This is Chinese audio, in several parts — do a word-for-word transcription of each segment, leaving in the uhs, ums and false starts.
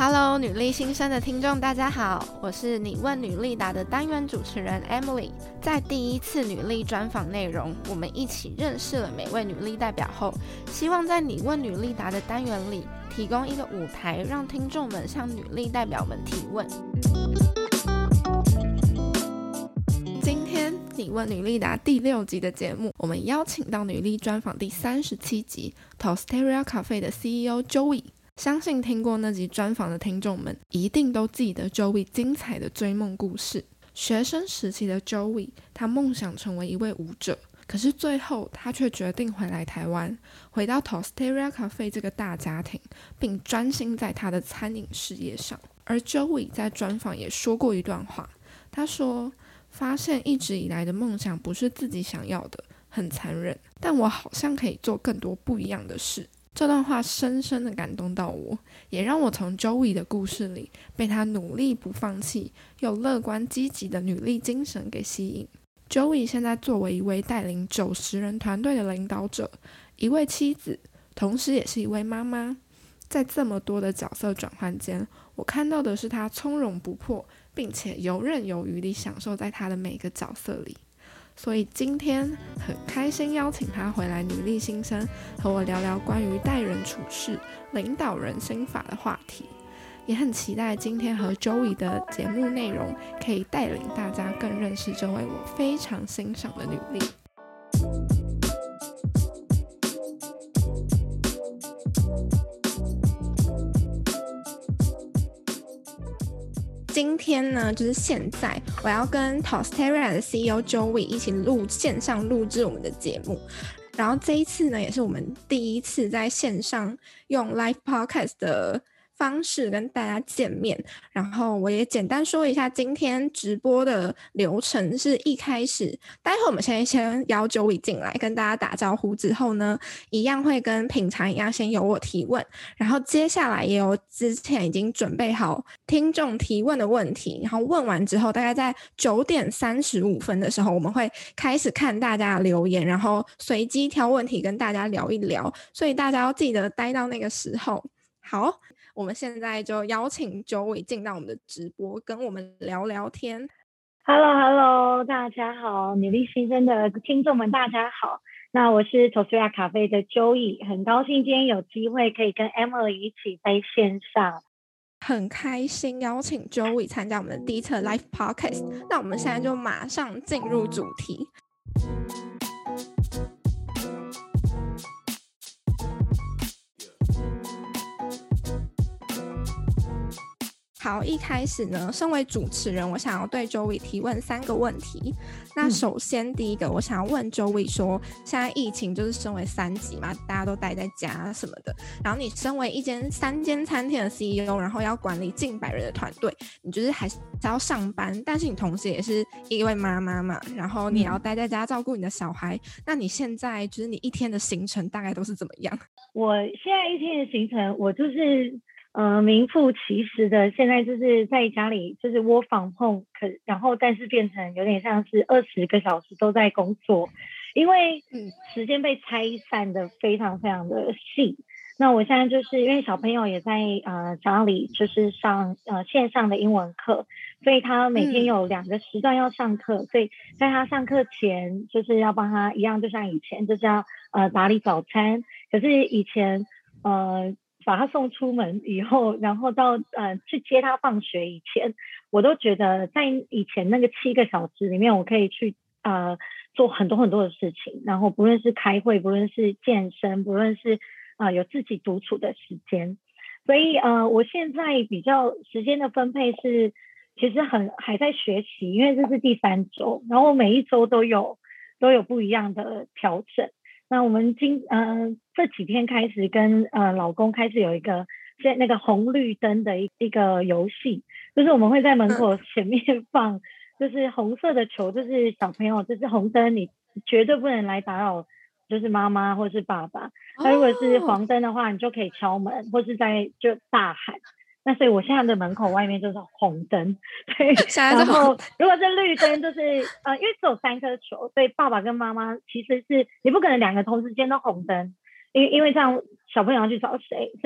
Hello， 女力新生的听众大家好，我是你问女力答的单元主持人 Emily。 在第一次女力专访内容，我们一起认识了每位女力代表后，希望在你问女力答的单元里提供一个舞台，让听众们向女力代表们提问。今天你问女力答第六集的节目，我们邀请到女力专访第三十七集 Toasteria Cafe 的 C E O Joey。相信听过那集专访的听众们一定都记得 Joey 精彩的追梦故事。学生时期的 Joey， 他梦想成为一位舞者，可是最后他却决定回来台湾，回到 Toasteria Cafe 这个大家庭，并专心在他的餐饮事业上。而 Joey 在专访也说过一段话，他说，发现一直以来的梦想不是自己想要的，很残忍，但我好像可以做更多不一样的事。这段话深深地感动到我，也让我从 Joey 的故事里被他努力不放弃又乐观积极的女力精神给吸引。 Joey 现在作为一位带领九十人团队的领导者，一位妻子，同时也是一位妈妈。在这么多的角色转换间，我看到的是他从容不迫，并且游刃有余地享受在他的每个角色里。所以今天很开心邀请他回来女力新生，和我聊聊关于待人处事、领导人心法的话题。也很期待今天和 Joey 的节目内容可以带领大家更认识这位我非常欣赏的女力。今天呢，就是现在我要跟 Toasteria 的 C E O Joey 一起录线上录制我们的节目，然后这一次呢，也是我们第一次在线上用 Live Podcast 的方式跟大家见面。然后我也简单说一下今天直播的流程，是一开始待会我们先先邀 Joey 进来跟大家打招呼之后呢，一样会跟平常一样先由我提问，然后接下来也有之前已经准备好听众提问的问题，然后问完之后大概在九点三十五分的时候，我们会开始看大家的留言，然后随机挑问题跟大家聊一聊，所以大家要记得待到那个时候。好，我们现在就邀请 Joey 进到我们的直播，跟我们聊聊天。 Hello Hello， 大家好，女力新生的听众们大家好。那我是 Toasteria Cafe 的 Joey， 很高兴今天有机会可以跟 Emily 一起在线上。 很开心邀请 Joey 参加我们的第一次 Live Podcast。那我们现在就马上进入主题。好，一开始呢，身为主持人，我想要对 Joey 提问三个问题。那首先第一个，我想要问 Joey 说，现在疫情就是身为三级嘛，大家都待在家什么的，然后你身为一间三间餐厅的 C E O， 然后要管理近百人的团队，你就是还是要上班，但是你同时也是一位妈妈嘛，然后你也要待在家照顾你的小孩、嗯、那你现在就是你一天的行程大概都是怎么样？ 我现在一天的行程，我就是呃，名副其实的，现在就是在家里，就是work from home，可然后但是变成有点像是二十个小时都在工作，因为时间被拆散的非常非常的细。那我现在就是因为小朋友也在呃家里，就是上呃线上的英文课，所以他每天有两个时段要上课，嗯、所以在他上课前，就是要帮他一样，就像以前就是要呃打理早餐，可是以前呃。把他送出门以后，然后到呃去接他放学以前，我都觉得在以前那个七个小时里面，我可以去呃做很多很多的事情，然后不论是开会，不论是健身，不论是呃有自己独处的时间，所以呃我现在比较时间的分配是其实很还在学习，因为这是第三周，然后我每一周都有都有不一样的调整。那我们今呃这几天开始跟呃老公开始有一个在那个红绿灯的一一个游戏，就是我们会在门口前面放，就是红色的球，就是小朋友，就是红灯，你绝对不能来打扰，就是妈妈或是爸爸。那如果是黄灯的话，你就可以敲门或是在就大喊。那所以我现在的门口外面就是红灯，对，然后如果是绿灯就是呃，因为只有三颗球，所以爸爸跟妈妈其实是你不可能两个同时间都红灯，因为因为这样小朋友要去找谁，所以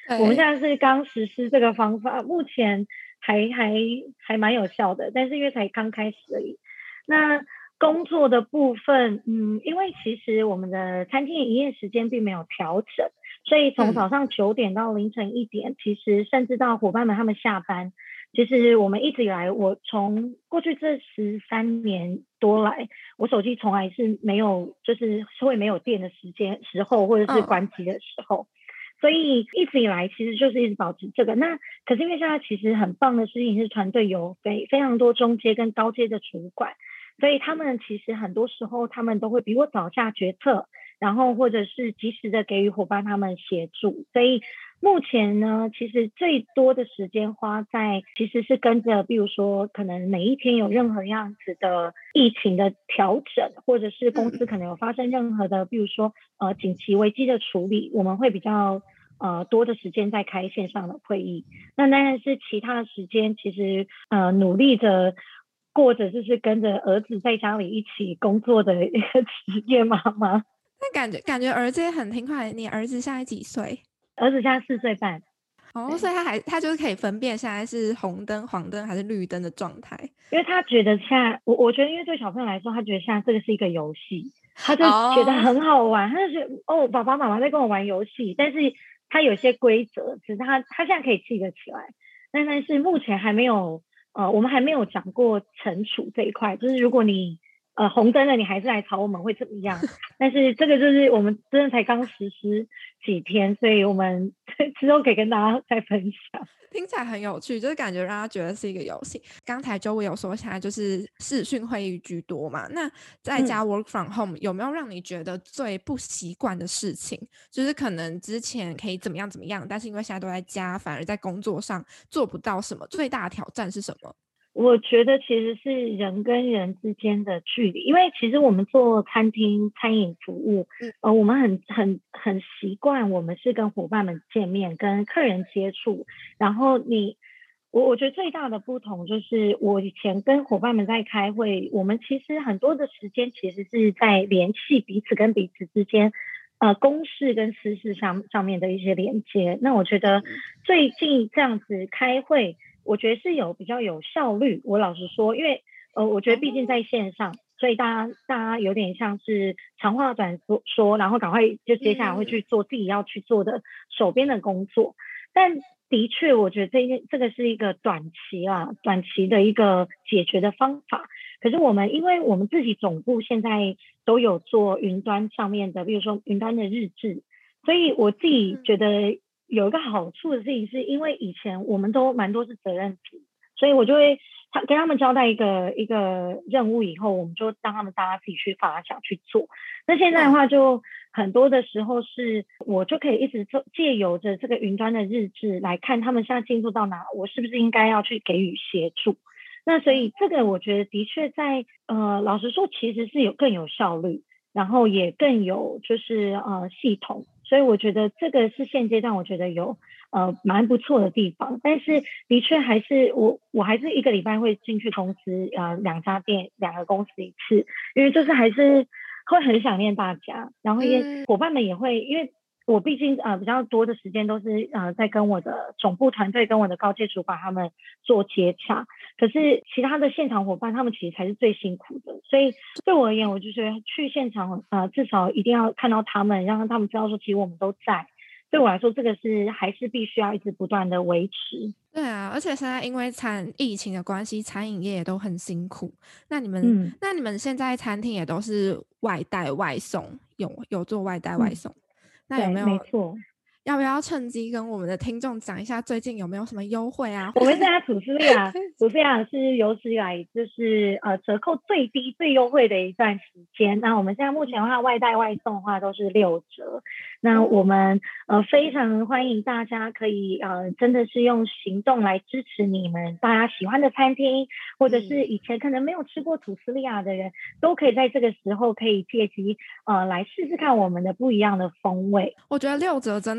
我们现在是刚实施这个方法，目前还还还蛮有效的，但是因为才刚开始而已。那工作的部分，嗯，因为其实我们的餐厅营业时间并没有调整，所以从早上九点到凌晨一点，嗯、其实甚至到伙伴们他们下班，其实我们一直以来，我从过去这十三年多来，我手机从来是没有就是会没有电的时间时候，或者是关机的时候。嗯，所以一直以来其实就是一直保持这个。那可是因为现在其实很棒的事情是团队有非非常多中阶跟高阶的主管，所以他们其实很多时候他们都会比我早下决策，然后或者是及时的给予伙伴他们协助。所以目前呢，其实最多的时间花在其实是跟着比如说可能每一天有任何样子的疫情的调整，或者是公司可能有发生任何的比如说呃紧急危机的处理，我们会比较呃多的时间在开线上的会议。那当然是其他的时间其实呃努力的过着就是跟着儿子在家里一起工作的一个职业妈妈。 那感觉感觉儿子也很听话。你儿子现在几岁？ 儿子现在四岁半。 哦，所以他还他就是可以分辨现在是红灯、黄灯还是绿灯的状态。 因为他觉得现在，我我觉得因为对小朋友来说，他觉得现在这个是一个游戏，他就觉得很好玩， oh. 他就觉得哦，爸爸妈妈在跟我玩游戏，但是他有些规则，只是他他现在可以记得起来，但但是目前还没有呃，我们还没有讲过惩处这一块，就是如果你呃红灯了，你还是来吵我们会怎么样？但是这个就是我们真的才刚实施几天，所以我们之后可以跟大家再分享。 听起来很有趣，就是感觉让他觉得是一个游戏。刚才Joey有说现在就是视讯会议居多嘛，那在家 work from home、嗯、有没有让你觉得最不习惯的事情？就是可能之前可以怎么样怎么样，但是因为现在都在家，反而在工作上做不到什么，最大的挑战是什么？ 我觉得其实是人跟人之间的距离，因为其实我们做餐厅餐饮服务，呃，我们很很很习惯我们是跟伙伴们见面，跟客人接触，然后你我我觉得最大的不同就是我以前跟伙伴们在开会，我们其实很多的时间其实是在联系彼此跟彼此之间呃公事跟私事上上面的一些连接。那我觉得最近这样子开会，我觉得是有比较有效率。我老实说，因为呃，我觉得毕竟在线上，所以大家大家有点像是长话短说，然后赶快就接下来会去做自己要去做的手边的工作。但的确，我觉得这这个是一个短期啊，短期的一个解决的方法。可是我们因为我们自己总部现在都有做云端上面的，比如说云端的日志，所以我自己觉得有一个好处的事情，是因为以前我们都蛮多是责任制，所以我就会他跟他们交代一个一个任务以后，我们就让他们大家自己去发想去做。那现在的话，就很多的时候是我就可以一直做，借由着这个云端的日志来看他们现在进度到哪，我是不是应该要去给予协助。那所以这个我觉得的确在呃，老实说其实是有更有效率，然后也更有就是呃系统，所以我觉得这个是现阶段我觉得有呃蛮不错的地方。但是的确还是我我还是一个礼拜会进去公司呃两家店两个公司一次，因为就是还是会很想念大家，然后也伙伴们也会，因为我毕竟呃比较多的时间都是呃在跟我的总部团队跟我的高阶主管他们做接洽，可是其他的现场伙伴他们其实才是最辛苦的，所以对我而言，我就觉得去现场呃至少一定要看到他们，让他们知道说其实我们都在。对我来说，这个是还是必须要一直不断的维持。 对啊，而且现在因为餐疫情的关系，餐饮业也都很辛苦。那你们、嗯、那你们现在餐厅也都是外带外送，有有做外带外送？嗯、那有没有？ 没错。 要不要趁机跟我们的听众讲一下最近有没有什么优惠啊？ 我们现在吐司利亚，吐司利亚是有史以来就是呃折扣最低最优惠的一段时间。那我们现在目前的话，外带外送的话都是六折。那我们呃非常欢迎大家可以呃真的是用行动来支持你们大家喜欢的餐厅，或者是以前可能没有吃过吐司利亚的人，都可以在这个时候可以借机呃来试试看我们的不一样的风味。 我觉得六折真的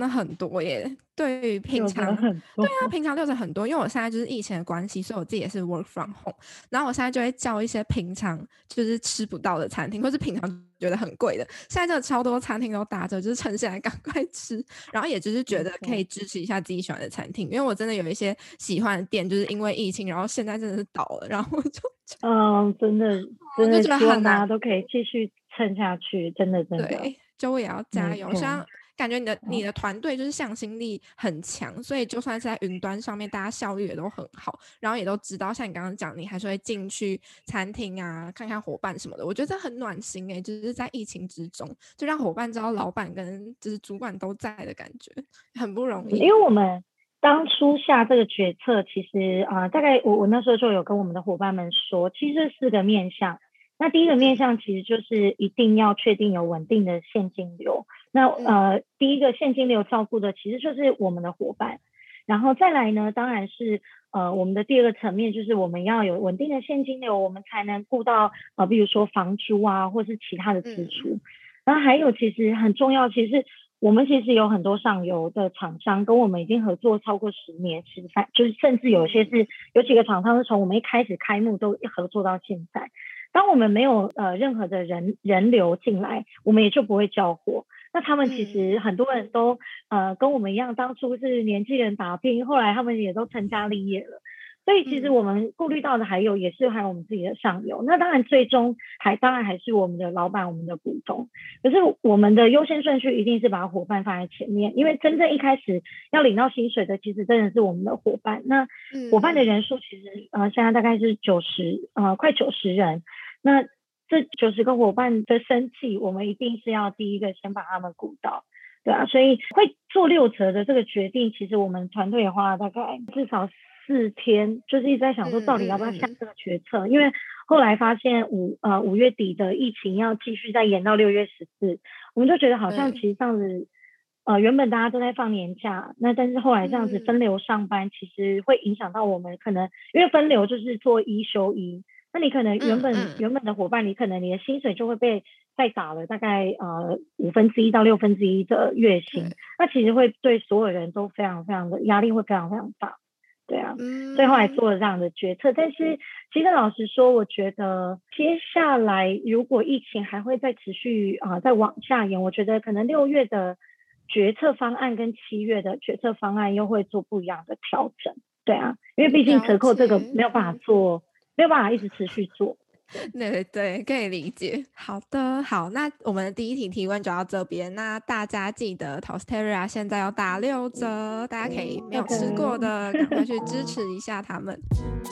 很多耶，对于平六折常很多。 对啊，平常六折很多，因为我现在就是疫情的关系，所以我自己也是 work from home，然后我现在就会叫一些平常就是吃不到的餐厅，或是平常觉得很贵的，现在真的超多餐厅都打折，就是趁现在赶快吃，然后也就是觉得可以支持一下自己喜欢的餐厅，因为我真的有一些喜欢的店，就是因为疫情，然后现在真的是倒了，然后就嗯，真的真的就觉得希望大很难家都可以继续撑下去，真的真的， 对，就我也要加油。 没错。 虽然感觉你的你好， 的团队就是向心力很强，所以就算是在云端上面，大家效率也都很好，然后也都知道，像你刚刚讲，你还是会进去餐厅啊，看看伙伴什么的。我觉得这很暖心诶，就是在疫情之中，就让伙伴知道老板跟就是主管都在的感觉，很不容易。 因为我们当初下这个决策，其实啊、呃大概我我那时候就有跟我们的伙伴们说，其实这四个面向。那第一个面向其实就是一定要确定有稳定的现金流。那呃，第一个现金流照顾的其实就是我们的伙伴，然后再来呢，当然是呃我们的第二个层面就是我们要有稳定的现金流，我们才能顾到呃比如说房租啊，或是其他的支出。然后还有其实很重要，其实我们其实有很多上游的厂商跟我们已经合作超过十年，其实就是甚至有些是有几个厂商是从我们一开始开幕都合作到现在。当我们没有呃任何的人人流进来，我们也就不会交货。那他们其实很多人都呃跟我们一样，当初是年轻人打拼，后来他们也都成家立业了。所以其实我们顾虑到的还有也是还有我们自己的上游，那当然最终还当然还是我们的老板我们的股东。可是我们的优先顺序一定是把伙伴放在前面，因为真正一开始要领到薪水的其实真的是我们的伙伴。那伙伴的人数其实呃现在大概是九十呃快九十人，那这九十个伙伴的生计我们一定是要第一个先把他们顾到。对啊，所以会做六折的这个决定，其实我们团队也花了大概至少四天，就是一直在想说到底要不要下这个决策，因为后来发现五呃五月底的疫情要继续再延到六月十四，我们就觉得好像其实这样子，呃原本大家都在放年假，那但是后来这样子分流上班，其实会影响到我们可能因为分流就是做一休一。那你可能原本、嗯嗯、原本的伙伴，你可能你的薪水就会被再打了大概呃五分之一到六分之一的月薪，那其实会对所有人都非常非常的压力会非常非常大，对啊，嗯、所以后来做了这样的决策。但是其实老实说，我觉得接下来如果疫情还会再持续啊、呃、再往下延，我觉得可能六月的决策方案跟七月的决策方案又会做不一样的调整，对啊，因为毕竟折扣这个没有办法做。没有办法一直持续做， 对对对，可以理解。好的，好，那我们的第一题提问就到这边。那大家记得 Tostaria 现在要打六折，大家可以没有吃过的，赶快去支持一下他们。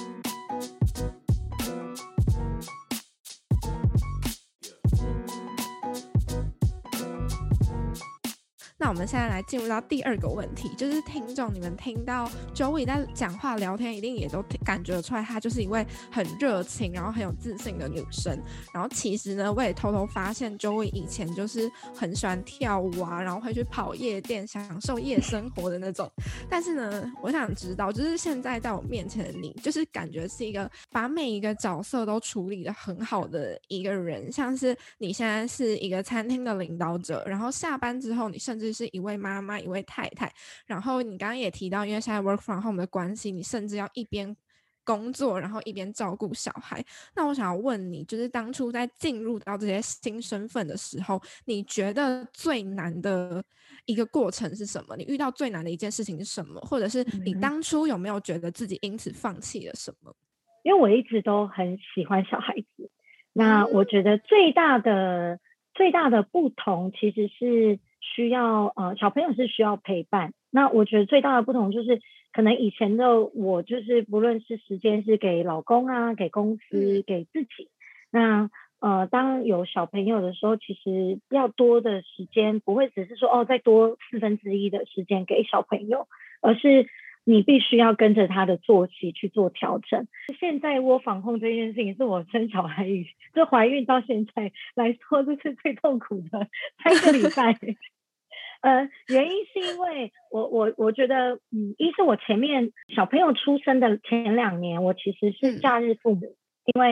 那我们现在来进入到第二个问题，就是听众你们听到 Joey 在讲话聊天，一定也都感觉出来，她就是一位很热情，然后很有自信的女生。然后其实呢，我也偷偷发现 Joey 以前就是很喜欢跳舞啊，然后会去跑夜店，享受夜生活的那种。但是呢，我想知道，就是现在在我面前的你，就是感觉是一个把每一个角色都处理得很好的一个人，像是你现在是一个餐厅的领导者，然后下班之后你甚至是一位妈妈，一位太太，然后你刚刚也提到因为现在 work from home 的关系，你甚至要一边工作然后一边照顾小孩。那我想要问你，就是当初在进入到这些新身份的时候，你觉得最难的一个过程是什么？你遇到最难的一件事情是什么？或者是你当初有没有觉得自己因此放弃了什么？ 因为我一直都很喜欢小孩子，那我觉得最大的最大的不同其实是需要呃小朋友是需要陪伴。那我觉得最大的不同就是可能以前的我就是不论是时间是给老公啊，给公司，给自己，那呃当有小朋友的时候，其实要多的时间不会只是说哦再多四分之一的时间给小朋友，而是你必须要跟着他的作息去做调整。现在我防控这件事情是我生小孩就怀孕到现在来说这是最痛苦的三个礼拜呃，原因是因为我我我觉得，嗯，一是我前面小朋友出生的前两年，我其实是假日父母，嗯、因为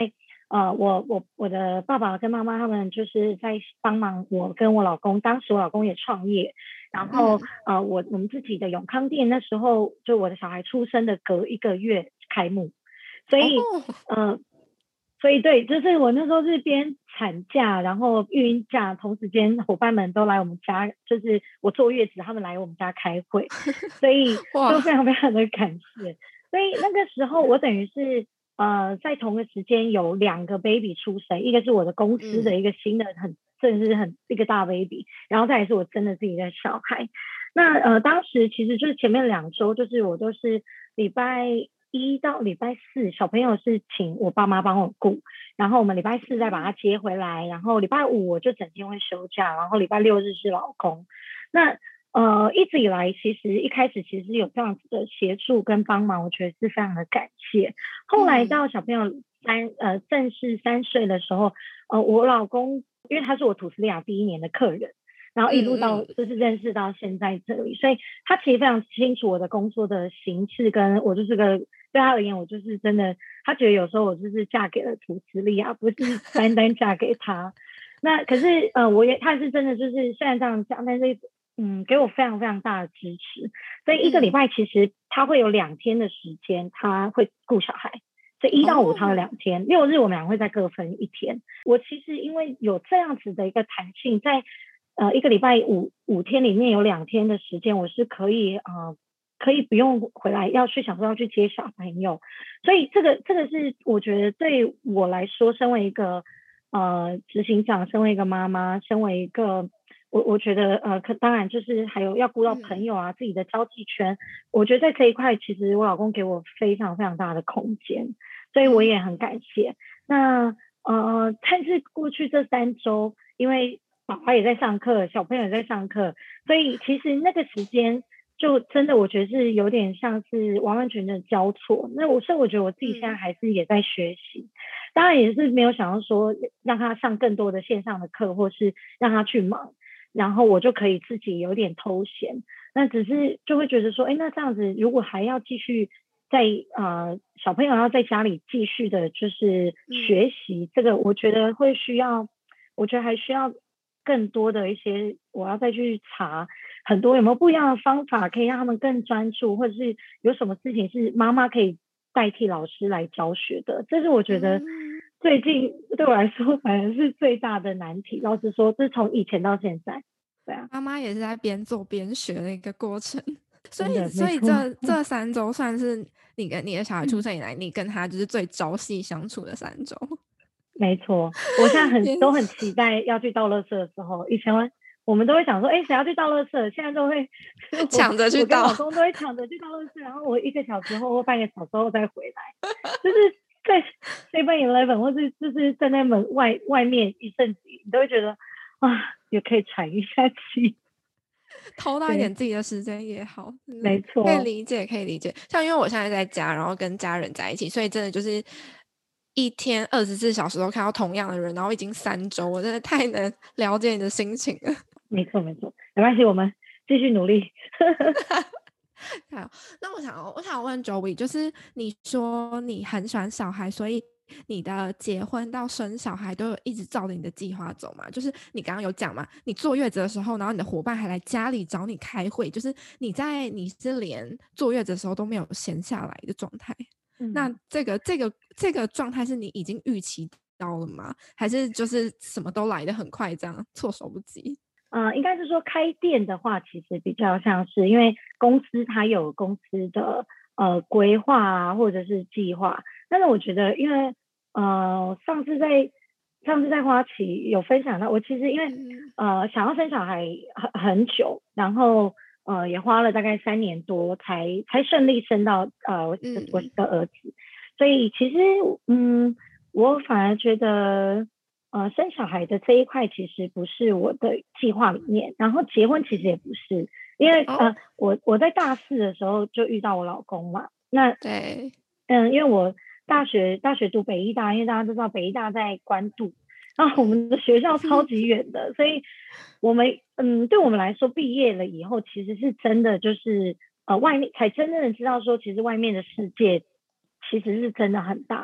呃，我我我的爸爸跟妈妈他们就是在帮忙我跟我老公，当时我老公也创业，然后嗯， 呃我我们自己的永康店那时候就我的小孩出生的隔一个月开幕，所哦， 以呃所以对，就是我那时候是边产假，然后孕假，同时间伙伴们都来我们家，就是我坐月子，他们来我们家开会，所以就非哇， 常非常的感谢。所以那个时候我等于是呃在同个时间有两个 baby 出生，一个是我的公司的嗯一个新的很真的是很一个大 baby，然后再来是我真的自己的小孩。那呃当时其实就是前面两周，就是我都是礼拜一到礼拜四，小朋友是请我爸妈帮我顾，然后我们礼拜四再把他接回来，然后礼拜五我就整天会休假，然后礼拜六日是老公。那呃，一直以来，其实一开始其实有这样子的协助跟帮忙，我觉得是非常的感谢。后来嗯到小朋友三呃正式三岁的时候，呃，我老公因为他是我土司利亚第一年的客人，然后一路到嗯嗯， 就是认识到现在这里，所以他其实非常清楚我的工作的形式，跟我就是个对他而言，我就是真的，他觉得有时候我就是嫁给了土司利亚，不是单单嫁给他。那可是呃，我也他是真的就是虽然这样讲，但是嗯，给我非常非常大的支持。所以一个礼嗯， 拜其实他会有两天的时间，他会顾小孩。所以一到五他有哦， 两天，六日我们俩会再各分一天。我其实因为有这样子的一个弹性，在呃一个礼拜五五天里面有两天的时间，我是可以呃可以不用回来要去想说要去接小朋友，所以这个这个是我觉得对我来说，身为一个呃执行长，身为一个妈妈，身为一个我我觉得呃，可当然就是还有要顾到朋嗯友啊，自己的交际圈，我觉得在这一块，其实我老公给我非常非常大的空间，所以我嗯也很感谢。那呃，但是过去这三周，因为宝宝也在上课，小朋友也在上课，所以其实那个时间就真的我觉得是有点像是完完全全的交错。那我所以我觉得我自己现在嗯还是也在学习，当然也是没有想要说让他上更多的线上的课，或是让他去忙，然后我就可以自己有点偷闲。那只是就会觉得说，哎，那这样子如果还要继续在呃小朋友要在家里继续的，就是嗯学习这个，我觉得会需要，我觉得还需要更多的一些，我要再去查很多有没有不一样的方法，可以让他们更专注，或者是有什么事情是妈妈可以代替老师来教学的。这是我觉得嗯， 最近对我来说反而是最大的难题。老实说，这是从以前到现在，对啊， 妈妈也是在边做边学的一个过程。所真的没以所以错。 这这三周算是你跟你的小孩出嗯， 生以来，你跟他就是最朝夕相处的三周。 没错，我现在很天， 都很期待要去倒垃圾的时候。以前我们都会想说，哎，谁要去倒垃圾？现在都会，我抢着去我跟倒。 老公都会抢着去倒垃圾，然后我一个小时后或半个小时后再回来，就是在 Seven Eleven 或是就是站在门外外面一阵子，你都会觉得啊，也可以喘一下气。 偷到一点对， 自己的时间也好，真的可以没错。 理解，可以理解。像因为我现在在家，然后跟家人在一起，所以真的就是一天二十四小时都看到同样的人，然后已经三周，我真的太能了解你的心情了。 没错，没错，没关系，我们继续努力。 好，那我想我想问 Joey，就是你说你很喜欢小孩，所以你的结婚到生小孩都有一直照着你的计划走嘛？就是你刚刚有讲嘛，你坐月子的时候，然后你的伙伴还来家里找你开会，就是你在你是连坐月子的时候都没有闲下来的状态。那嗯。 这个这个这个状态是你已经预期到了吗？还是就是什么都来得很快，这样措手不及？ 呃，应该是说开店的话，其实比较像是因为公司它有公司的呃规划啊，或者是计划。但是我觉得，因为呃上次在上次在花旗有分享到，我其实因为嗯呃想要生小孩很很久，然后呃也花了大概三年多才才顺利生到呃我的我嗯的儿子，所以其实嗯我反而觉得。呃，生小孩的这一块其实不是我的计划里面，然后结婚其实也不是，因为哦， 呃，我我在大四的时候就遇到我老公嘛，那对， 嗯，因为我大学大学读北医大，因为大家都知道北医大在关渡，然后我们的学校超级远的，所以我们嗯，对我们来说，毕业了以后，其实是真的就是呃，外面才真正的知道说，其实外面的世界其实是真的很大。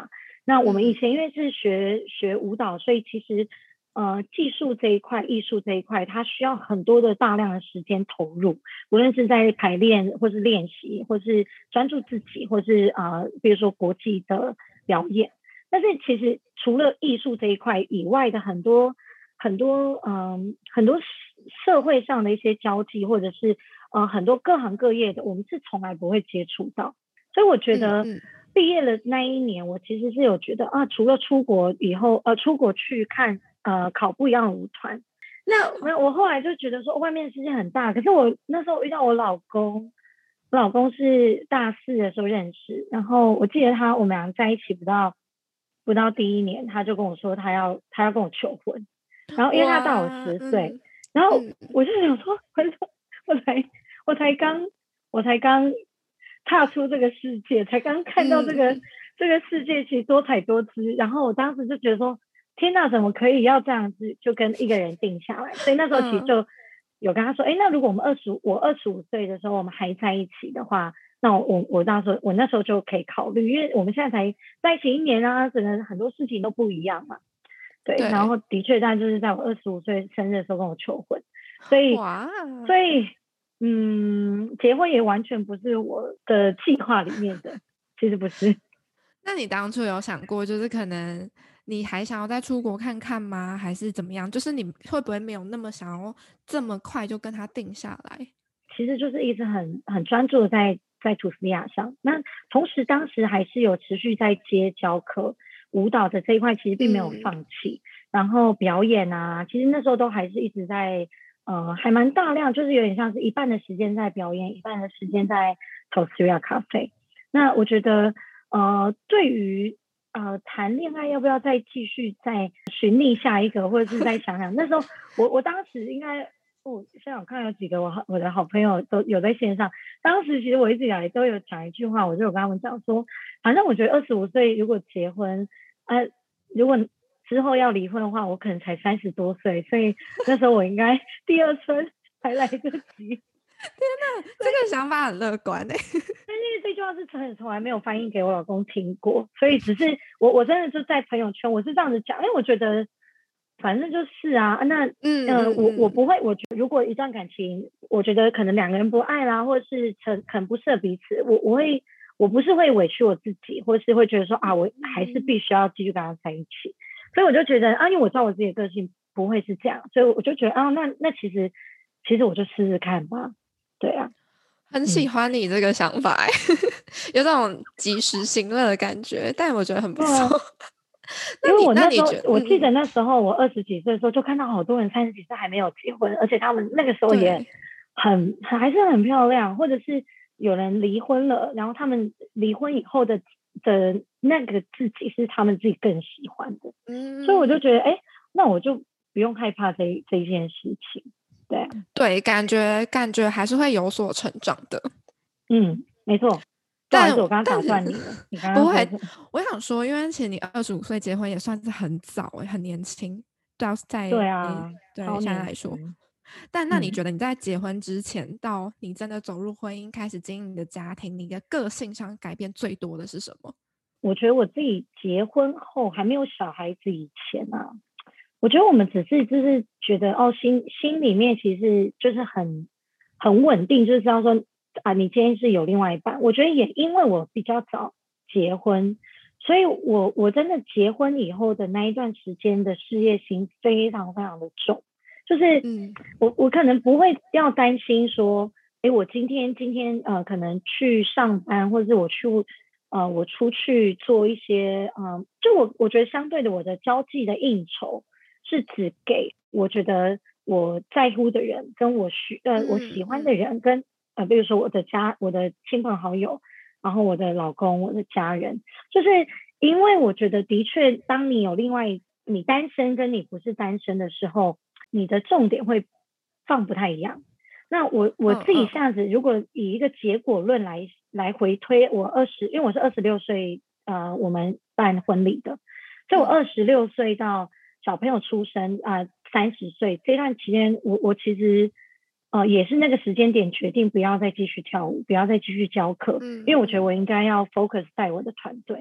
那我们以前因为是学学舞蹈，所以其实呃技术这一块、艺术这一块，它需要很多的大量的时间投入，无论是在排练，或是练习，或是专注自己，或是呃比如说国际的表演。但是其实除了艺术这一块以外的很多很多嗯、呃、很多社会上的一些交际，或者是呃很多各行各业的，我们是从来不会接触到。所以我觉得毕业了那一年，我其实是有觉得啊，除了出国以后呃出国去看呃考不一样的舞团，那我后来就觉得说外面的世界很大。可是我那时候遇到我老公，我老公是大四的时候认识，然后我记得他我们俩在一起不到不到第一年，他就跟我说他要他要跟我求婚，然后因为他大我十岁、嗯，然后我就想说，我才我才刚我才刚踏出这个世界，才刚看到这个、嗯、这个世界其实多彩多姿，然后我当时就觉得说，天哪，怎么可以要这样子就跟一个人定下来？所以那时候其实就有跟他说，哎、嗯，那如果我们二十我二十五岁的时候我们还在一起的话，那我我那时候我那时候就可以考虑，因为我们现在才在一起一年啊，可能很多事情都不一样嘛。对，对，然后的确，但就是在我二十五岁生日的时候跟我求婚，所以所以嗯，结婚也完全不是我的计划里面的，其实不是。 那你当初有想过，就是可能你还想要再出国看看吗？还是怎么样？就是你会不会没有那么想要这么快就跟他定下来？ 其实就是一直很很专注的在在图斯利亚上，那同时当时还是有持续在接教课，舞蹈的这一块其实并没有放弃、嗯，然后表演啊，其实那时候都还是一直在呃还蛮大量，就是有点像是一半的时间在表演，一半的时间在 Toastria Cafe。那我觉得呃对于呃谈恋爱要不要再继续再寻觅下一个，或者是再想想，那时候我我当时应该。我、哦、现在我看有几个我我的好朋友都有在线上，当时其实我一直以来都有讲一句话，我就有跟他们讲说，反正我觉得二十五岁如果结婚，呃，如果之后要离婚的话，我可能才三十多岁，所以那时候我应该第二春还来得及。 天哪，这个想法很乐观哎、欸。 但是这句话是从从来没有翻译给我老公听过，所以只是我我真的就在朋友圈我是这样子讲，因为我觉得。反正就是啊，那嗯、呃、我我不会，我觉得如果一段感情，我觉得可能两个人不爱啦，或者是可可能不适合彼此，我我会我不是会委屈我自己，或是会觉得说啊，我还是必须要继续跟他在一起，所以我就觉得啊，因为我知道我自己的个性不会是这样，所以我就觉得啊，那那其实其实我就试试看吧，对啊， 很喜欢你这个想法、欸嗯、有种及时行乐的感觉，但我觉得很不错。 因为我那时候我记得那时候我二十几岁的时候就看到好多人三十几岁还没有结婚，而且他们那个时候也很还是很漂亮，或者是有人离婚了，然后他们离婚以后的的那个自己是他们自己更喜欢的，嗯，所以我就觉得哎，那我就不用害怕这这一件事情，对啊， 对，感觉感觉还是会有所成长的， 嗯，没错。但是我刚刚打断你了，你刚刚不会，我想说，因为其实你二十五岁结婚也算是很早哎、欸，很年轻，对啊，在对啊， 对现在来说。但那你觉得你在结婚之前、嗯、到你真的走入婚姻，开始经营你的家庭，你的个性上改变最多的是什么？ 我觉得我自己结婚后还没有小孩子以前啊，我觉得我们只是就是觉得哦，心心里面其实就是很很稳定，就是知道说。啊，你今天是有另外一半，我觉得也因为我比较早结婚，所以我我真的结婚以后的那一段时间的事业心非常非常的重，就是嗯，我我可能不会要担心说，哎，我今天今天呃可能去上班，或者是我去呃我出去做一些嗯、呃，就我我觉得相对的我的交际的应酬是只给我觉得我在乎的人，跟我需呃我喜欢的人跟。呃，比如说我的家、我的亲朋好友，然后我的老公、我的家人，就是因为我觉得的确，当你有另外你单身跟你不是单身的时候，你的重点会放不太一样。那我我自己这样子，如果以一个结果论来来回推，我二十，因为我是二十六岁，呃，我们办婚礼的，所以我二十六岁到小朋友出生啊，三十岁这段期间，我我其实。呃，也是那个时间点决定不要再继续跳舞，不要再继续教课，嗯，因为我觉得我应该要 focus 在我的团队。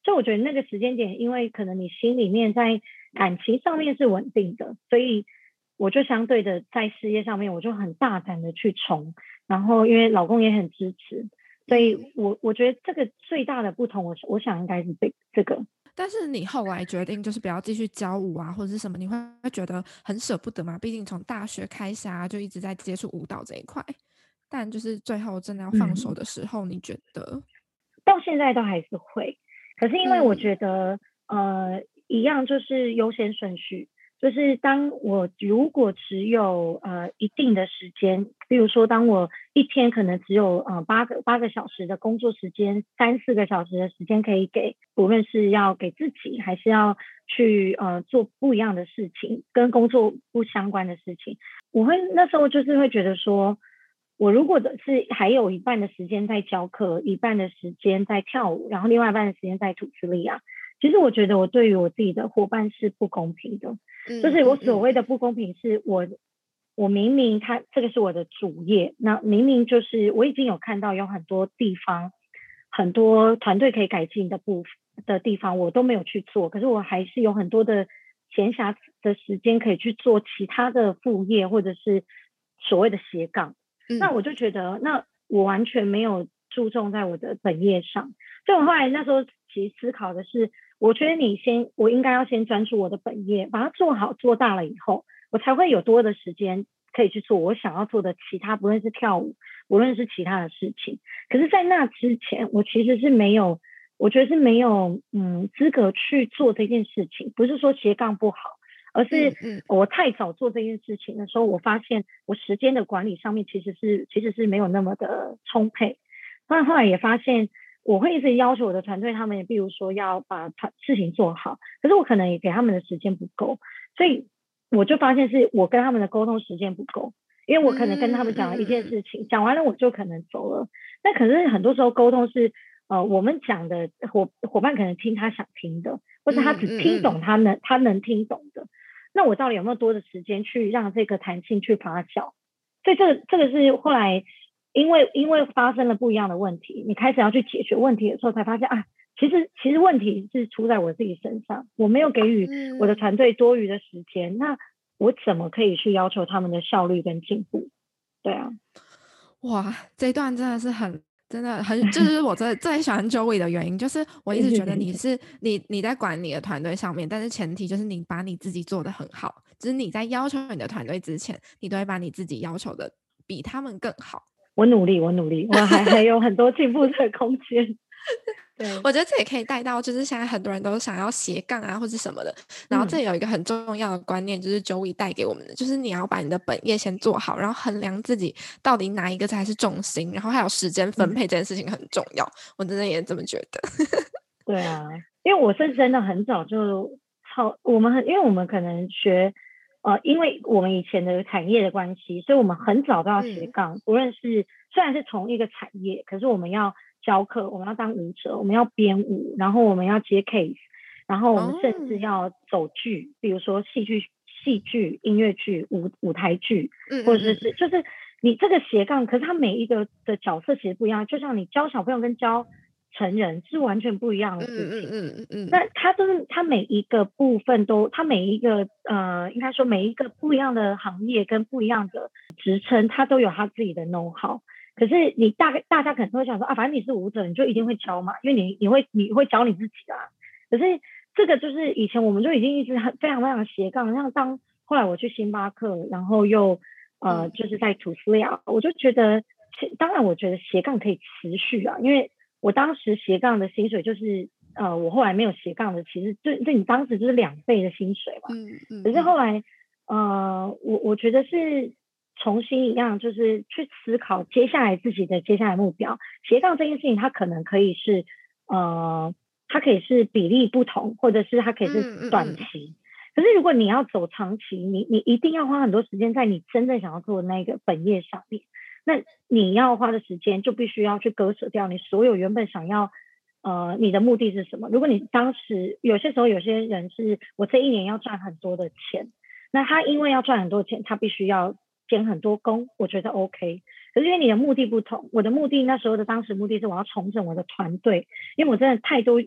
所以我觉得那个时间点，因为可能你心里面在感情上面是稳定的，所以我就相对的在事业上面我就很大胆的去冲，然后因为老公也很支持，所以我我觉得这个最大的不同，我我想应该是这这个。 但是你后来决定就是不要继续教舞啊或者是什么，你会觉得很舍不得吗？毕竟从大学开始啊就一直在接触舞蹈这一块，但就是最后真的要放手的时候，嗯、你觉得？ 到现在都还是会，可是因为我觉得、嗯、呃一样就是优先顺序，就是当我如果只有呃一定的时间，比如说当我一天可能只有呃八个八个小时的工作时间，三四个小时的时间可以给，无论是要给自己还是要去呃做不一样的事情，跟工作不相关的事情，我会那时候就是会觉得说，我如果的是还有一半的时间在教课，一半的时间在跳舞，然后另外一半的时间在吐司利亚，其实我觉得我对于我自己的伙伴是不公平的。嗯、就是我所谓的不公平是我我明明他这个是我的主业，那明明就是我已经有看到有很多地方很多团队可以改进的部分的地方我都没有去做，可是我还是有很多的闲暇的时间可以去做其他的副业或者是所谓的斜杠、嗯、那我就觉得那我完全没有注重在我的本业上，所以我后来那时候其实思考的是，我觉得你先我应该要先专注我的本业，把它做好做大了以后，我才会有多的时间可以去做我想要做的其他，不论是跳舞无论是其他的事情。可是在那之前我其实是没有我觉得是没有嗯资格去做这件事情，不是说斜杠不好，而是我太早做这件事情的时候，我发现我时间的管理上面其实是其实是没有那么的充沛。但后来也发现我会一直要求我的团队他们也比如说要把事情做好，可是我可能也给他们的时间不够，所以我就发现是我跟他们的沟通时间不够，因为我可能跟他们讲了一件事情，讲完了我就可能走了，但可是很多时候沟通是呃我们讲的伙伙伴可能听他想听的，或者他只听懂他能他能听懂的，那我到底有没有多的时间去让这个弹性去发酵？所以这个这个是后来因为因为发生了不一样的问题，你开始要去解决问题的时候才发现啊，其实其实问题是出在我自己身上，我没有给予我的团队多余的时间、嗯、那我怎么可以去要求他们的效率跟进步？对啊， 哇，这一段真的是很真的很，这就是我最最喜欢 Joey 的原因，就是我一直觉得你是你你在管你的团队上面，但是前提就是你把你自己做得很好，就是你在要求你的团队之前，你都会把你自己要求的比他们更好。 我努力，我努力，我还还有很多进步的空间。对， 我觉得这也可以带到，就是现在很多人都想要斜杠啊，或是什么的。然后这有一个很重要的观念，就是 Joey 带给我们的，就是你要把你的本业先做好，然后衡量自己到底哪一个才是重心，然后还有时间分配这件事情很重要。嗯、我真的也这么觉得。 对啊，因为我是真的很早就超我们很，因为我们可能学。呃，因为我们以前的产业的关系，所以我们很早都要斜杠、嗯、无论是虽然是同一个产业，可是我们要教课，我们要当舞者，我们要编舞，然后我们要接 case， 然后我们甚至要走剧、哦、比如说戏剧戏剧音乐剧舞舞台剧，或者是就是你这个斜杠，可是它每一个的角色其实不一样，就像你教小朋友跟教成人是完全不一样的事情。嗯嗯嗯嗯。那他都是他每一个部分都，他每一个呃，应该说每一个不一样的行业跟不一样的职称，他都有他自己的 know how。可是你大概大家可能会想说啊，反正你是舞者，你就一定会教嘛，因为你你会你会教你自己啊。可是这个就是以前我们就已经一直很非常非常斜杠，像当后来我去星巴克，然后又呃就是在吐司利亚，我就觉得，当然我觉得斜杠可以持续啊，因为。我当时斜杠的薪水就是呃，我后来没有斜杠的，其实对对你当时就是两倍的薪水嘛。嗯嗯。可是后来呃，我我觉得是重新一样，就是去思考接下来自己的接下来目标。斜杠这件事情，它可能可以是呃，它可以是比例不同，或者是它可以是短期。嗯嗯嗯。可是如果你要走长期，你你一定要花很多时间在你真正想要做的那个本业上面。那你要花的时间就必须要去割舍掉你所有原本想要呃你的目的是什么。如果你当时有些时候有些人是我这一年要赚很多的钱，那他因为要赚很多钱他必须要兼很多工，我觉得 OK。 可是因为你的目的不同，我的目的那时候的当时目的是我要重整我的团队，因为我真的太多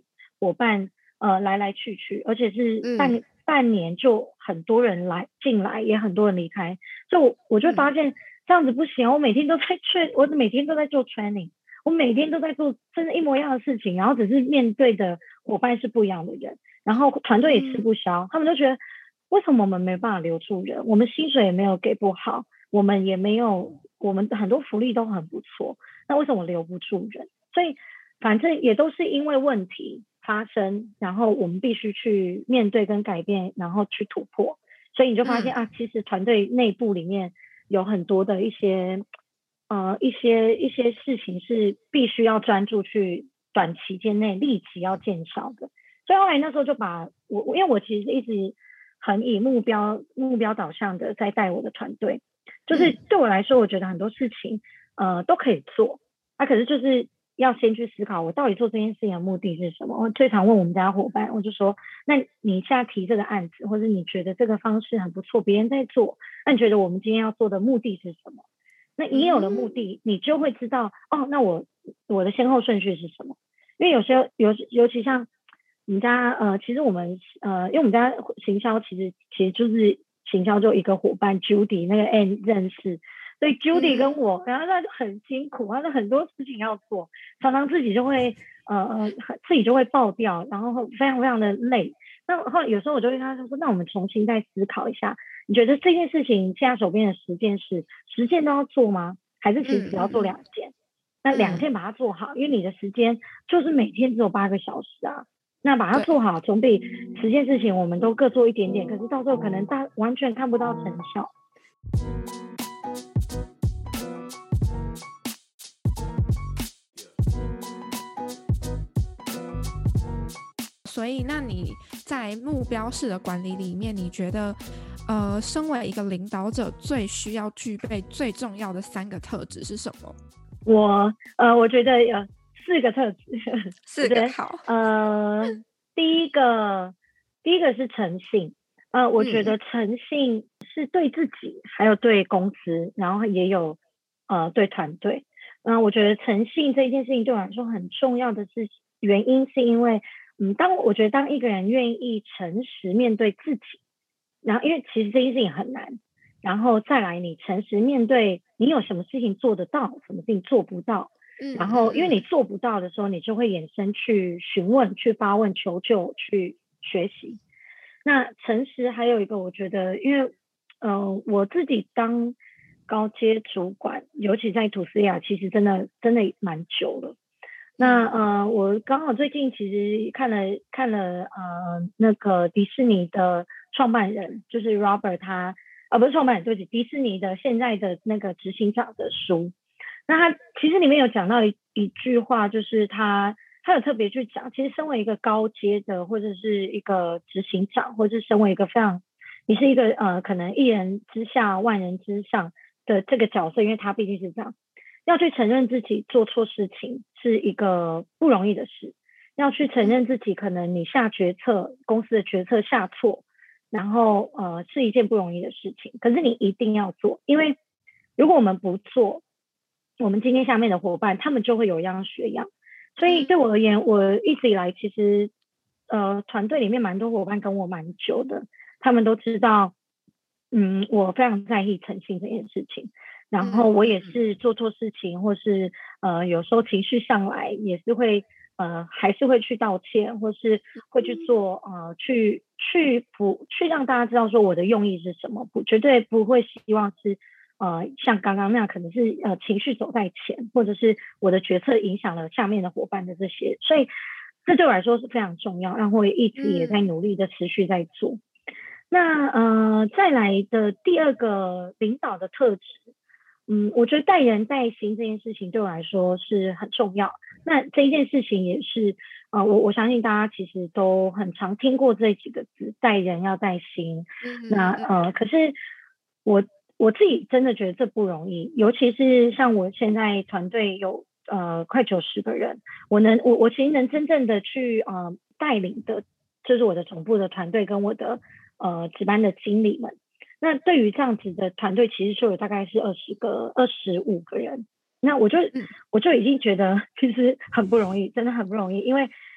伙伴呃来来去去，而且是半、 嗯、 半年就很多人来进来，也很多人离开，所以我我就发现这样子不行，我每天都在去，我每天都在做 training， 我每天都在做真的一模一样的事情，然后只是面对的伙伴是不一样的人，然后团队也吃不消，嗯、他们就觉得为什么我们没办法留住人，我们薪水也没有给不好，我们也没有，我们很多福利都很不错，那为什么留不住人？所以反正也都是因为问题发生，然后我们必须去面对跟改变，然后去突破，所以你就发现、嗯、啊，其实团队内部里面有很多的一些呃一些一些事情是必须要专注去短期间内立即要减少的，所以后来那时候就把我，因为我其实一直很以目标目标导向的在带我的团队，就是对我来说，我觉得很多事情呃都可以做，啊，可是就是要先去思考我到底做这件事情的目的是什么。我最常问我们家伙伴，我就说，那你现在提这个案子，或者你觉得这个方式很不错，别人在做，那你觉得我们今天要做的目的是什么？那你有了目的，你就会知道哦，那我我的先后顺序是什么？因为有时候尤尤其像我们家呃，其实我们呃，因为我们家行销其实其实就是行销就一个伙伴 Judy 那个 N 认识，所以 Judy 跟我，嗯、然后他就很辛苦，他就很多事情要做，常常自己就会呃自己就会爆掉，然后非常非常的累。那后来有时候我就会跟他说，那我们重新再思考一下，你觉得这件事情现在手边的十件事，十件都要做吗？还是其实只要做两件？嗯、那两件把它做好，因为你的时间就是每天只有八个小时啊。那把它做好，总比十件事情我们都各做一点点，可是到时候可能大完全看不到成效。 所以，那你在目标式的管理里面，你觉得，呃，身为一个领导者，最需要具备、最重要的三个特质是什么？ 我呃，我觉得呃。四个特质， 四个好。 呃，第一个，第一个是诚信。呃，我觉得诚信是对自己，还有对公司，然后也有呃对团队。嗯、呃，我觉得诚信这件事情对我来说很重要的是原因，是因为嗯，当我觉得当一个人愿意诚实面对自己，然后因为其实这件事情很难，然后再来你诚实面对你有什么事情做得到，什么事情做不到。然后因为你做不到的时候，你就会衍生去询问、去发问、求救、去学习。那诚实还有一个，我觉得因为呃我自己当高阶主管，尤其在吐司亚，其实真的真的蛮久了。那呃我刚好最近其实看了看了呃那个迪士尼的创办人，就是 Robert 他呃不是创办人，对不起，迪士尼的现在的那个执行长的书。那他其实里面有讲到 一, 一句话，就是他他有特别去讲，其实身为一个高阶的，或者是一个执行长，或者是身为一个非常，你是一个呃可能一人之下万人之上的这个角色，因为他毕竟是这样，要去承认自己做错事情是一个不容易的事，要去承认自己可能你下决策，公司的决策下错，然后呃是一件不容易的事情，可是你一定要做，因为如果我们不做，我们今天下面的伙伴他们就会有样学样，所以对我而言，我一直以来其实呃团队里面蛮多伙伴跟我蛮久的，他们都知道嗯我非常在意诚信这件事情，然后我也是做错事情或是呃有时候情绪上来也是会呃还是会去道歉，或是会去做呃去去不去让大家知道说我的用意是什么，不绝对不会希望是呃，像刚刚那样可能是呃情绪走在前，或者是我的决策影响了下面的伙伴的这些，所以这对我来说是非常重要，然后一直也在努力的持续在做。嗯、那呃再来的第二个领导的特质，嗯，我觉得带人带心这件事情对我来说是很重要。那这一件事情也是呃我我相信大家其实都很常听过这几个字，带人要带心。嗯、那呃可是我。我自己真的觉得这不容易，尤其是像我现在团队有呃快九十个人，我能我我其实能真正的去呃带领的，就是我的总部的团队跟我的呃值班的经理们。那对于这样子的团队，其实就有大概是二十个、二十五个人。那我就我就已经觉得其实很不容易，真的很不容易，因为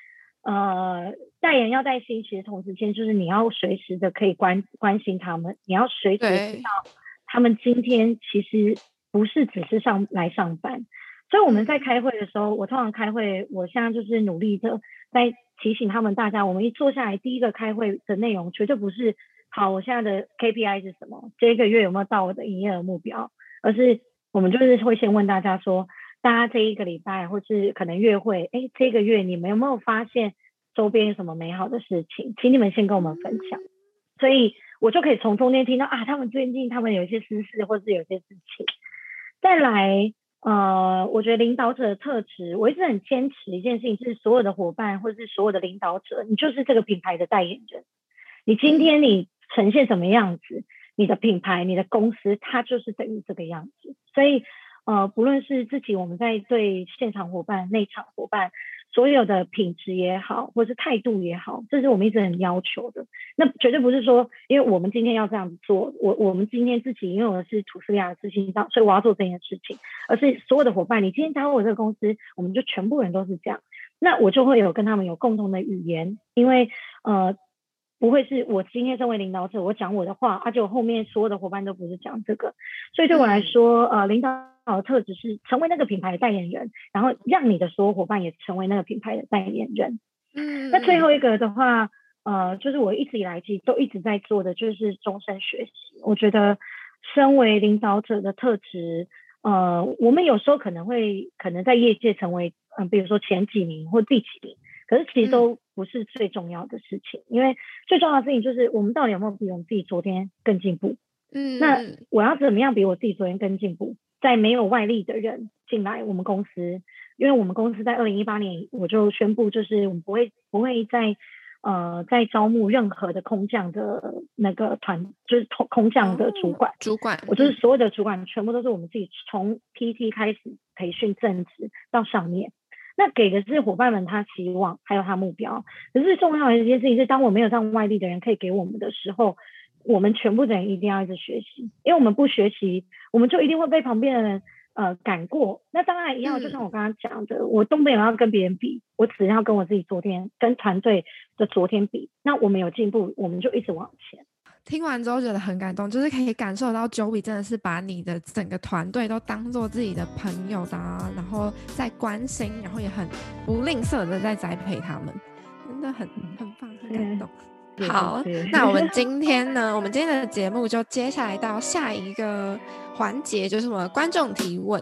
呃，代言要带薪，其实同时间就是你要随时的可以关关心他们，你要随时的知道他们今天其实不是只是上来上班。所以我们在开会的时候，我通常开会，我现在就是努力的在提醒他们大家，我们一坐下来，第一个开会的内容绝对不是好，我现在的 K P I 是什么，这个月有没有到我的营业额目标，而是我们就是会先问大家说，大家这一个礼拜或是可能月会，哎，这个月你们有没有发现周边有什么美好的事情，请你们先跟我们分享。所以我就可以从中间听到啊，他们最近他们有一些私事或是有一些事情。再来呃，我觉得领导者的特质，我一直很坚持一件事情，就是所有的伙伴或是所有的领导者，你就是这个品牌的代言人。你今天你呈现什么样子，你的品牌、你的公司，它就是等于这个样子。所以呃，不论是自己我们在对现场伙伴、内场伙伴，所有的品质也好，或是态度也好，这是我们一直很要求的。那绝对不是说，因为我们今天要这样子做，我我们今天自己拥有的是吐司利亚的自信上，所以我要做这件事情，而是所有的伙伴，你今天加入我这个公司，我们就全部人都是这样，那我就会有跟他们有共同的语言，因为呃。不会是我今天身为领导者，我讲我的话，而且我后面所有的伙伴都不是讲这个，所以对我来说，呃，领导的特质是成为那个品牌的代言人，然后让你的所有伙伴也成为那个品牌的代言人。嗯，那最后一个的话，呃，就是我一直以来其实都一直在做的，就是终身学习。我觉得身为领导者的特质，呃，我们有时候可能会可能在业界成为，嗯、呃，比如说前几名或第几名。可是其实都不是最重要的事情，因为最重要的事情就是我们到底有没有比我们自己昨天更进步。嗯，那我要怎么样比我自己昨天更进步？在没有外力的人进来我们公司，因为我们公司在二零一八年我就宣布，就是我们不会不会再呃再招募任何的空降的那个团，就是空降的主管。哦、 主管， 我就是所有的主管全部都是我们自己从 P T 开始培训正职到上面。那给的是伙伴们他期望还有他目标，可是最重要的一件事情是，当我没有让外力的人可以给我们的时候，我们全部的人一定要一直学习，因为我们不学习，我们就一定会被旁边的人呃赶过。那当然一样，就像我刚刚讲的，嗯、我都没有要跟别人比，我只要跟我自己昨天跟团队的昨天比，那我们有进步，我们就一直往前。 听完之后觉得很感动，就是可以感受到 Joey 真的是把你的整个团队都当做自己的朋友的、啊，然后在关心，然后也很不吝啬的在栽培他们，真的很很棒，很感动。嗯、好，那我们今天呢，我们今天的节目就接下来到下一个环节，就是我们观众提问。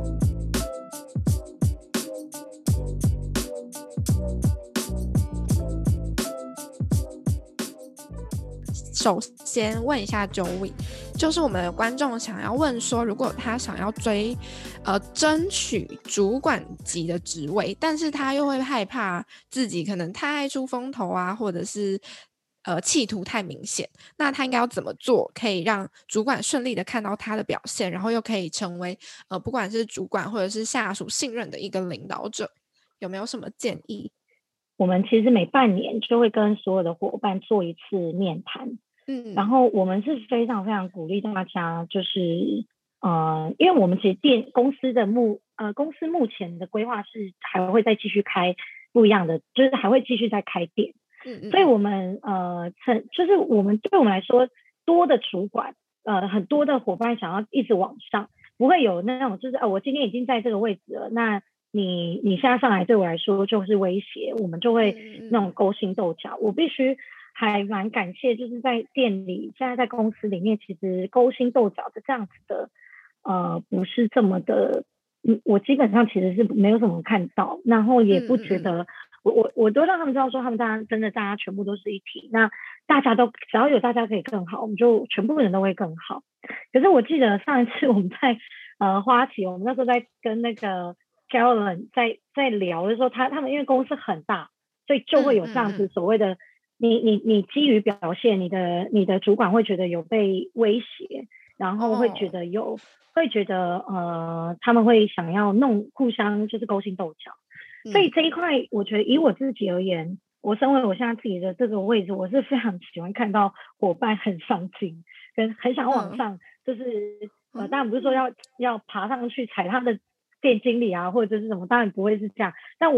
首先问一下 Joey， 就是我们的观众想要问说，如果他想要追呃争取主管级的职位，但是他又会害怕自己可能太爱出风头啊，或者是呃企图太明显，那他应该要怎么做可以让主管顺利的看到他的表现，然后又可以成为呃不管是主管或者是下属信任的一个领导者，有没有什么建议？ 我们其实每半年就会跟所有的伙伴做一次面谈。嗯，然后我们是非常非常鼓励大家，就是呃，因为我们其实店公司的目呃公司目前的规划是还会再继续开不一样的，就是还会继续再开店。嗯嗯，所以我们呃，就是我们对我们来说，多的主管呃很多的伙伴想要一直往上，不会有那种就是哦、呃，我今天已经在这个位置了，那你你现在上来对我来说就是威胁，我们就会那种勾心斗角。我必须。还蛮感谢，就是在店里，现在在公司里面，其实勾心斗角的这样子的，呃，不是这么的，嗯，我基本上其实是没有什么看到，然后也不觉得，嗯嗯我我我都让他们知道说，他们大家真的大家全部都是一体，那大家都只要有大家可以更好，我们就全部人都会更好。可是我记得上一次我们在呃花旗，我们那时候在跟那个 Carolyn 在在聊的时候，他他们因为公司很大，所以就会有这样子所谓的。嗯嗯嗯你你你基于表现，你的你的主管会觉得有被威胁，然后会觉得有，哦、会觉得呃，他们会想要弄互相就是勾心斗角，嗯、所以这一块，我觉得以我自己而言，我身为我现在自己的这个位置，我是非常喜欢看到伙伴很上进，跟很想往上，嗯、就是呃，当然不是说要要爬上去踩他的店经理啊，或者是什么，当然不会是这样，但我。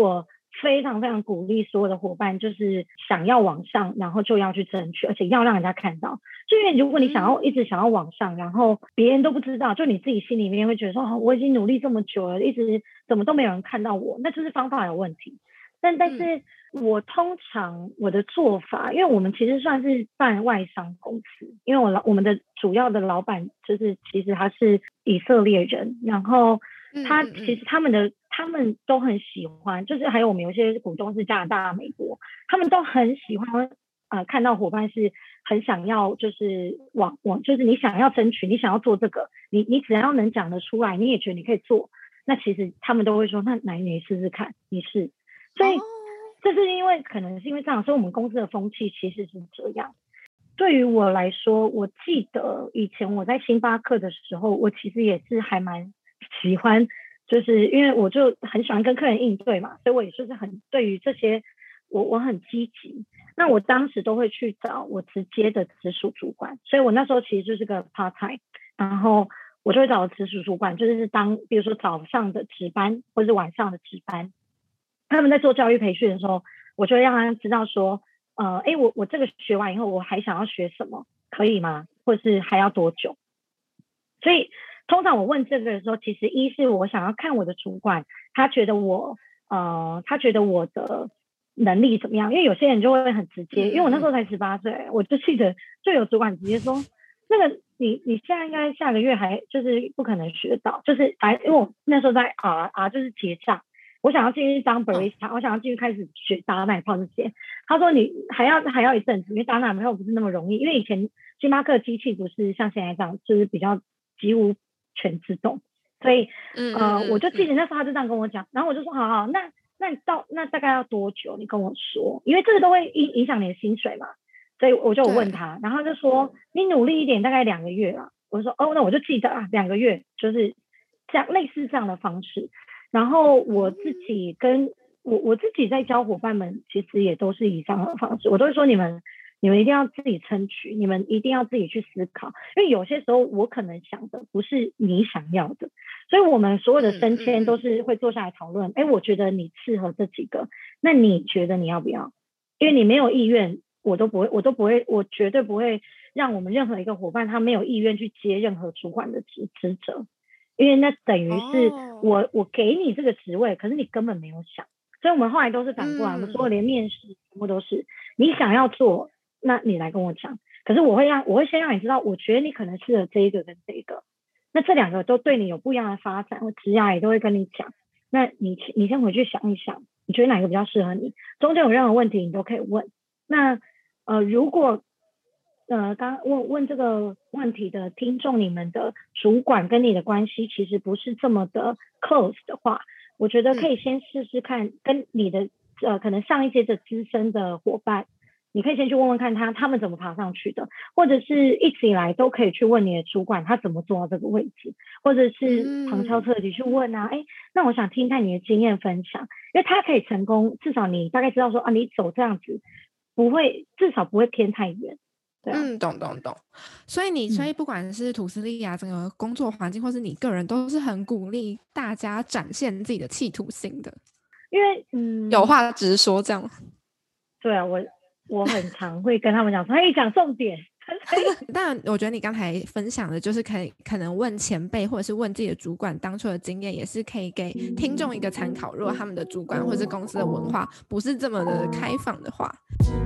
非常非常鼓励所有的伙伴，就是想要往上，然后就要去争取，而且要让人家看到。就因为如果你想要一直想要往上，然后别人都不知道，就你自己心里面会觉得说，哦，我已经努力这么久了，一直怎么都没有人看到我，那就是方法有问题。但但是我通常我的做法，因为我们其实算是办外商公司，因为我老我们的主要的老板就是其实他是以色列人，然后他其实他们的他们都很喜欢，就是还有我们有些股东是加拿大、美国，他们都很喜欢呃看到伙伴是很想要就是往往就是你想要争取，你想要做这个，你你只要能讲得出来，你也觉得你可以做，那其实他们都会说，那来你试试看，你试。所以这是因为可能是因为这样，所以我们公司的风气其实是这样。对于我来说，我记得以前我在星巴克的时候，我其实也是还蛮喜欢，就是因为我就很喜欢跟客人应对嘛，所以我也就是很对于这些我我很积极。那我当时都会去找我直接的直属主管，所以我那时候其实就是个 part time， 然后我就会找直属主管，就是当比如说早上的值班或是晚上的值班。他们在做教育培训的时候，我就会让他知道说，呃，哎，我我这个学完以后，我还想要学什么，可以吗？或是还要多久？所以通常我问这个的时候，其实一是我想要看我的主管，他觉得我，呃，他觉得我的能力怎么样？因为有些人就会很直接，因为我那时候才十八岁，我就记得就有主管直接说，那个你你现在应该下个月还就是不可能学到，就是反正因为我那时候在 R R 就是结账。我想要进去当 barista，、哦、我想要进去开始学打奶泡这些。他说你还要还要一阵子，因为打奶泡不是那么容易，因为以前星巴克机器不是像现在这样，就是比较几乎全自动，所以呃，我就记得那时候他就这样跟我讲，然后我就说好好，那那到那大概要多久？你跟我说，因为这个都会影影响你的薪水嘛，所以我就问他，然后他就说你努力一点，大概两个月啦。我就说哦，那我就记得啊，两个月就是这样类似这样的方式。然后我自己跟我我自己在教伙伴们，其实也都是以这样的方式，我都会说你们你们一定要自己争取，你们一定要自己去思考，因为有些时候我可能想的不是你想要的，所以我们所有的升迁都是会坐下来讨论，哎，我觉得你适合这几个，那你觉得你要不要？因为你没有意愿，我都不会，我都不会，我绝对不会让我们任何一个伙伴他没有意愿去接任何主管的职职责。因为那等于是我、oh. 我给你这个职位，可是你根本没有想，所以我们后来都是反过来，嗯、我们所有连面试全部都是你想要做，那你来跟我讲。可是我会让我会先让你知道，我觉得你可能适合这一个跟这一个，那这两个都对你有不一样的发展，我职涯也都会跟你讲。那你你先回去想一想，你觉得哪个比较适合你？中间有任何问题你都可以问。那呃如果呃，刚问问这个问题的听众，你们的主管跟你的关系其实不是这么的 close 的话，我觉得可以先试试看，跟你的呃可能上一届的资深的伙伴，你可以先去问问看他他们怎么爬上去的，或者是一直以来都可以去问你的主管他怎么做到这个位置，或者是旁敲侧击去问啊，哎，那我想听看你的经验分享，因为他可以成功，至少你大概知道说啊，你走这样子不会，至少不会偏太远。啊、 嗯，懂懂懂。所以你，所以不管是吐司利亚整个工作环境，或是你个人，都是很鼓励大家展现自己的企图心的。 因为嗯， 有话直说这样。 对啊，我我很常会跟他们讲说，嘿，讲重点。 但我觉得你刚才分享的，就是可以可能问前辈，或者是问自己的主管当初的经验，也是可以给听众一个参考。如果他们的主管或是公司的文化不是这么的开放的话。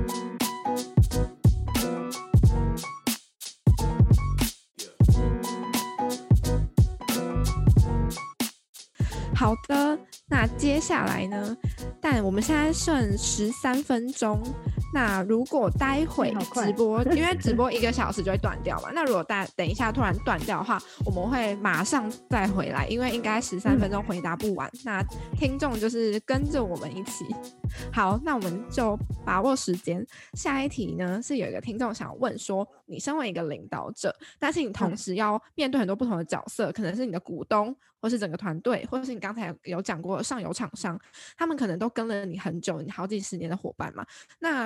好的，那接下来呢？但我们现在剩十三分钟。那如果待会直播，因为直播一个小时就会断掉嘛。那如果大等一下突然断掉的话，我们会马上再回来，因为应该十三分钟回答不完。嗯、那听众就是跟着我们一起。好，那我们就把握时间。下一题呢是有一个听众想问说，你身为一个领导者，但是你同时要面对很多不同的角色，可能是你的股东，或是整个团队，或者是你刚才有讲过上游厂商，他们可能都跟了你很久，你好几十年的伙伴嘛。那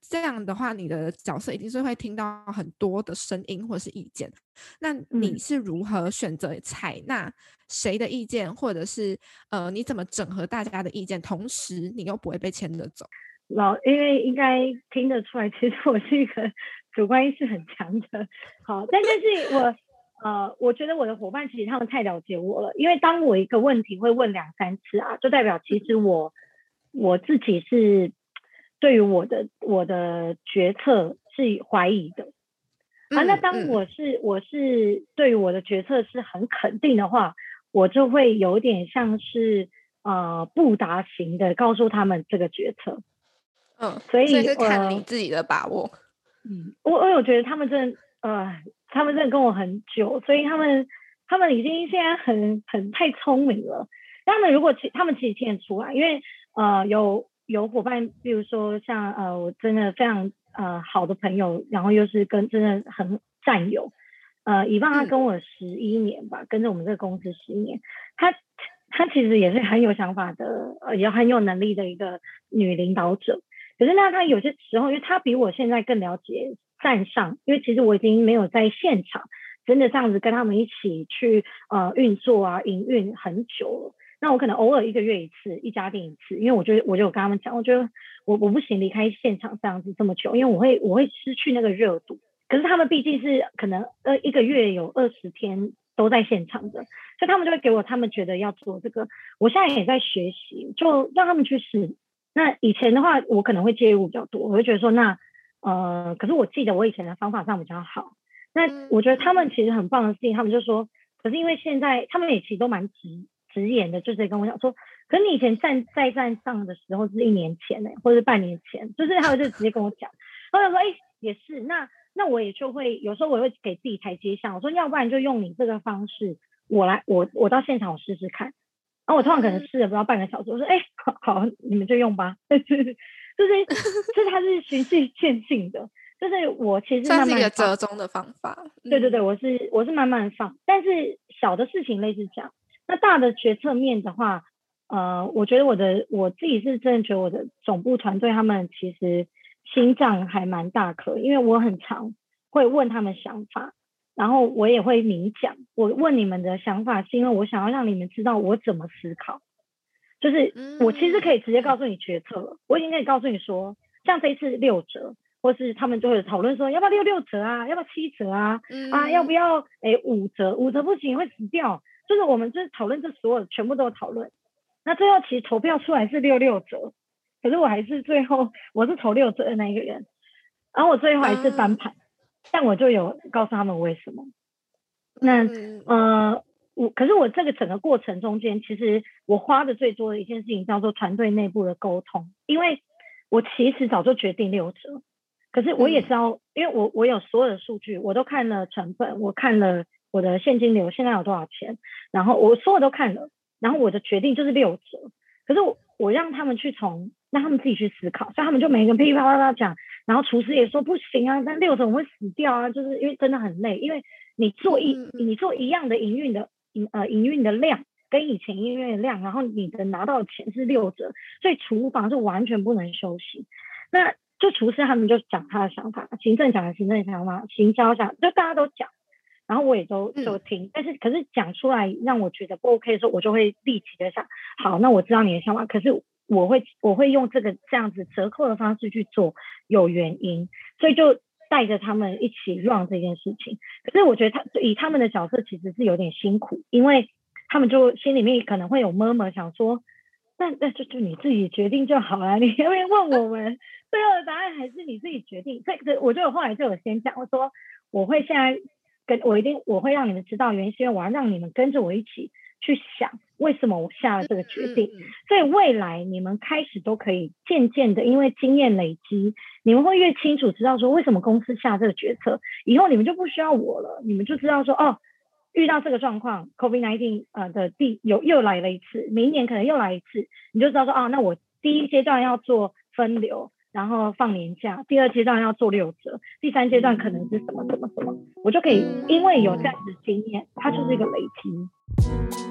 这样的话你的角色一定是会听到很多的声音或是意见，那你是如何选择采纳谁的意见，或者是呃你怎么整合大家的意见，同时你又不会被牵着走？ 老因为应该听得出来，其实我是一个主观意识很强的，好，但但是我呃，我觉得我的伙伴其实他们太了解我了，因为当我一个问题会问两三次啊，就代表其实我我自己是对于我的我的决策是怀疑的啊。那当我是我是对于我的决策是很肯定的话，我就会有点像是呃布达型的告诉他们这个决策。 嗯， 所以所以是看你自己的把握。 嗯，我我有觉得他们真的呃，他们真的跟我很久，所以他们他们已经现在很很太聪明了。他们如果其他们其实听得出来，因为呃有有伙伴，比如说像呃我真的非常呃好的朋友，然后又是跟真的很战友，呃以望他跟我十一年吧，嗯、跟着我们这个公司十一年，他他其实也是很有想法的，呃也很有能力的一个女领导者。可是那他有些时候，因为他比我现在更了解站上，因为其实我已经没有在现场真的这样子跟他们一起去呃运作啊营运很久了。那我可能偶尔一个月一次，一家店一次，因为我觉得我就有跟他们讲，我觉得我我不行离开现场这样子这么久，因为我会我会失去那个热度。可是他们毕竟是可能呃一个月有二十天都在现场的，所以他们就会给我他们觉得要做这个。我现在也在学习，就让他们去试。那以前的话，我可能会介入比较多，我会觉得说，那呃，可是我记得我以前的方法上比较好。那我觉得他们其实很棒的事情，他们就说，可是因为现在他们也其实都蛮直直言的，就是跟我讲说，可是你以前站在站上的时候是一年前呢、欸，或者是半年前，就是他们就直接跟我讲。我想说，哎、欸，也是，那那我也就会有时候我会给自己台阶下，我说要不然就用你这个方式，我来我我到现场我试试看。然后我通常可能试了不到半个小时，我说哎、欸，好，好，你们就用吧。就是就是就是它是循序渐进的，就是我其实慢慢算是一个折中的方法。 嗯、对对对，我是我是慢慢放，但是小的事情类似这样，那大的决策面的话，呃，我觉得我的我自己是真的觉得我的总部团队他们其实心脏还蛮大颗，因为我很常会问他们想法。然后我也会明讲，我问你们的想法是因为我想要让你们知道我怎么思考，就是我其实可以直接告诉你决策了，我已经可以告诉你说，像这一次六折，或是他们就会讨论说要不要六六折啊，要不要七折啊，啊要不要诶五折，五折不行会死掉，就是我们就是讨论这所有全部都有讨论。那最后其实投票出来是六六折，可是我还是最后我是投六折的那一个人，然后我最后还是翻盘。但我就有告诉他们为什么。那呃，我可是我这个整个过程中间，其实我花的最多的一件事情叫做团队内部的沟通，因为我其实早就决定六折，可是我也知道，嗯、因为我我有所有的数据，我都看了成本，我看了我的现金流现在有多少钱，然后我所有都看了，然后我的决定就是六折。可是我我让他们去从让他们自己去思考，所以他们就每个人噼里啪啦啪讲。然后厨师也说不行啊，但六折我们会死掉啊，就是因为真的很累，因为你做一你做一样的营运的营呃营运的量跟以前营运的量，然后你的拿到的钱是六折，所以厨房是完全不能休息。那就厨师他们就讲他的想法，行政讲的行政想法，行销讲，就大家都讲，然后我也都就听，但是可是讲出来让我觉得不 OK 的时候，我就会立即的想，好，那我知道你的想法，可是。我会我会用这个这样子折扣的方式去做，有原因，所以就带着他们一起 run 这件事情。可是我觉得他以他们的角色其实是有点辛苦，因为他们就心里面可能会有 murmur 想说，那那就就你自己决定就好了，你要不要问我们最后的答案还是你自己决定？这个我就后来就有先讲，我说我会现在跟我一定我会让你们知道原因，是因为我要让你们跟着我一起去想为什么我下了这个决定，所以未来你们开始都可以渐渐的因为经验累积，你们会越清楚知道说为什么公司下这个决策，以后你们就不需要我了，你们就知道说哦，遇到这个状况 COVID 十九 呃的第有又来了一次，明年可能又来一次，你就知道说哦，那我第一阶段要做分流，然后放年假，第二阶段要做六折，第三阶段可能是什么什么什么，我就可以因为有这样子的经验，它就是一个累积。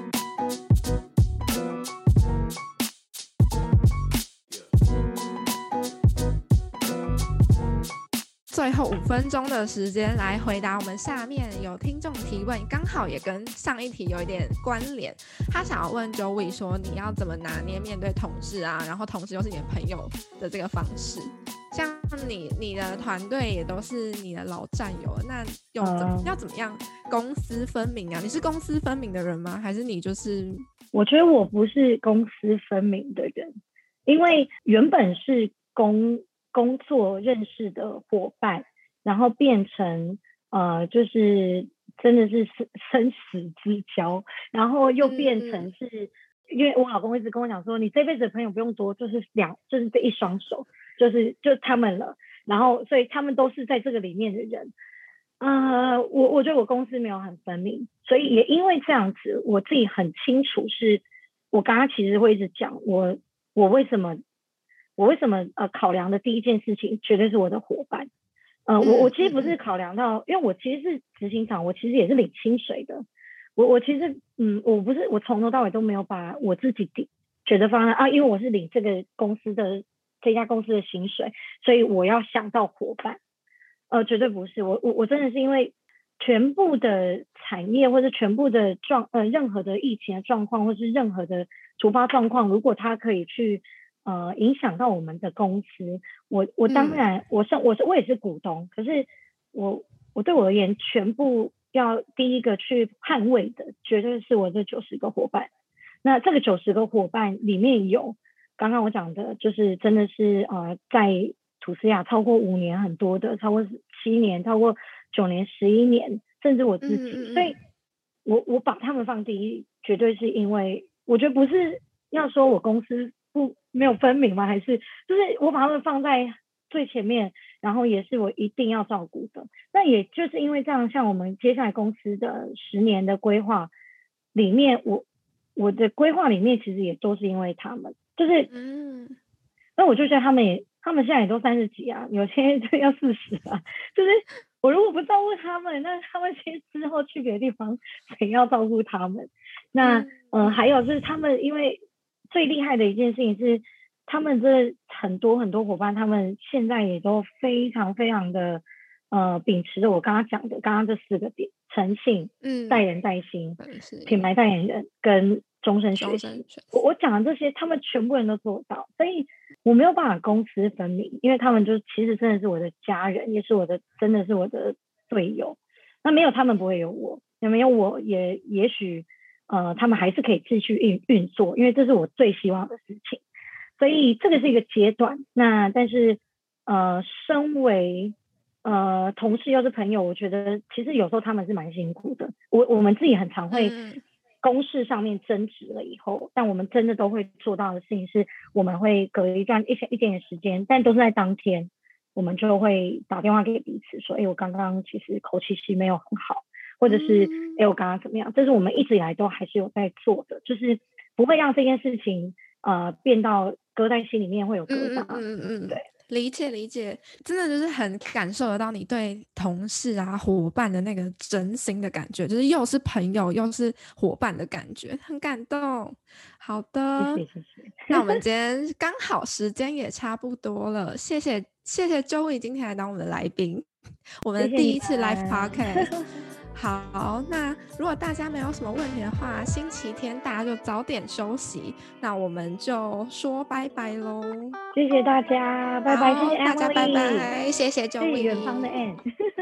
最后五分钟的时间来回答我们下面有听众提问，刚好也跟上一题有一点关联。他想要问 Joey 说，你要怎么拿捏面对同事啊，然后同时又是你的朋友的这个方式？像你你的团队也都是你的老战友，那有怎么、uh, 要怎么样公私分明啊？你是公私分明的人吗？还是你就是？ 我觉得我不是公私分明的人，因为原本是工工作认识的伙伴，然后变成呃就是真的是生死之交，然后又变成是、嗯、因为我老公一直跟我讲说，你这辈子的朋友不用多，就是两就是这一双手。就是就他们了，然后所以他们都是在这个里面的人，呃，我我觉得我公司没有很分明，所以也因为这样子，我自己很清楚是，我刚刚其实会一直讲我我为什么我为什么呃考量的第一件事情绝对是我的伙伴，呃，我我其实不是考量到，因为我其实是执行长，我其实也是领薪水的，我我其实嗯我不是我从头到尾都没有把我自己觉得放在啊，因为我是领这个公司的。这家公司的薪水，所以我要想到伙伴，呃，绝对不是我我我真的是因为全部的产业或者全部的状呃任何的疫情的状况，或是任何的突发状况，如果它可以去呃影响到我们的公司，我我当然、嗯、我是我是我也是股东，可是我我对我而言，全部要第一个去捍卫的，绝对是我这九十个伙伴。那这个九十个伙伴里面有。刚刚我讲的就是真的是呃，在吐司亚超过五年很多的，超过七年，超过九年、十一年，甚至我自己，嗯嗯嗯所以我我把他们放第一，绝对是因为我觉得不是要说我公司不没有分明吗？还是就是我把他们放在最前面，然后也是我一定要照顾的。那也就是因为这样，像我们接下来公司的十年的规划里面，我我的规划里面其实也都是因为他们。就是，嗯，那我就觉得他们也，他们现在也都三十几啊，有些就要四十啊。就是我如果不照顾他们，那他们其实之后去别的地方，谁要照顾他们？那、嗯、呃，还有就是他们，因为最厉害的一件事情是，他们这很多很多伙伴，他们现在也都非常非常的呃，秉持着我刚刚讲的刚刚这四个点：诚信、嗯，带人带心、品牌代言人跟。终身学习，我我讲的这些，他们全部人都做到，所以我没有办法公私分明，因为他们就其实真的是我的家人，也是我的，真的是我的队友。那没有他们不会有我，那没有我也也许呃，他们还是可以继续运运作，因为这是我最希望的事情。所以这个是一个阶段。那但是呃，身为呃同事又是朋友，我觉得其实有时候他们是蛮辛苦的。我我们自己很常会。嗯公事上面争执了以后，但我们真的都会做到的事情是，我们会隔一段一些一点点时间，但都是在当天，我们就会打电话给彼此说，哎，我刚刚其实口气其实没有很好，或者是哎，我刚刚怎么样？这是我们一直以来都还是有在做的，就是不会让这件事情呃变到搁在心里面会有疙瘩。嗯嗯嗯，对。 理解理解，真的就是很感受得到你对同事啊伙伴的那个真心的感觉，就是又是朋友又是伙伴的感觉，很感动。好的， 谢谢谢谢。 那我们今天刚好时间也差不多了，谢谢谢谢 Joey 今天来当我们的来宾，我们的第一次 live podcast。好，那如果大家没有什么问题的话，星期天大家就早点休息，那我们就说拜拜咯。 谢谢大家，拜拜，谢谢大家，拜拜，谢谢 Joey， 谢谢远方的 Ann。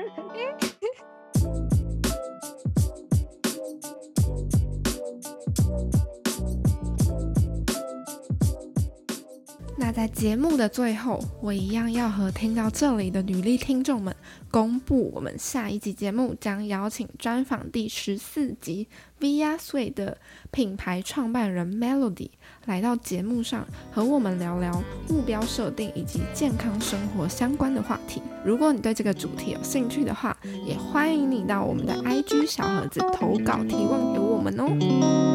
那在节目的最后，我一样要和听到这里的女力听众们公布，我们下一集节目将邀请专访第十四集 Via Sway 的品牌创办人 Melody 来到节目上，和我们聊聊目标设定以及健康生活相关的话题。如果你对这个主题有兴趣的话，也欢迎你到我们的 I G 小盒子投稿提问给我们哦。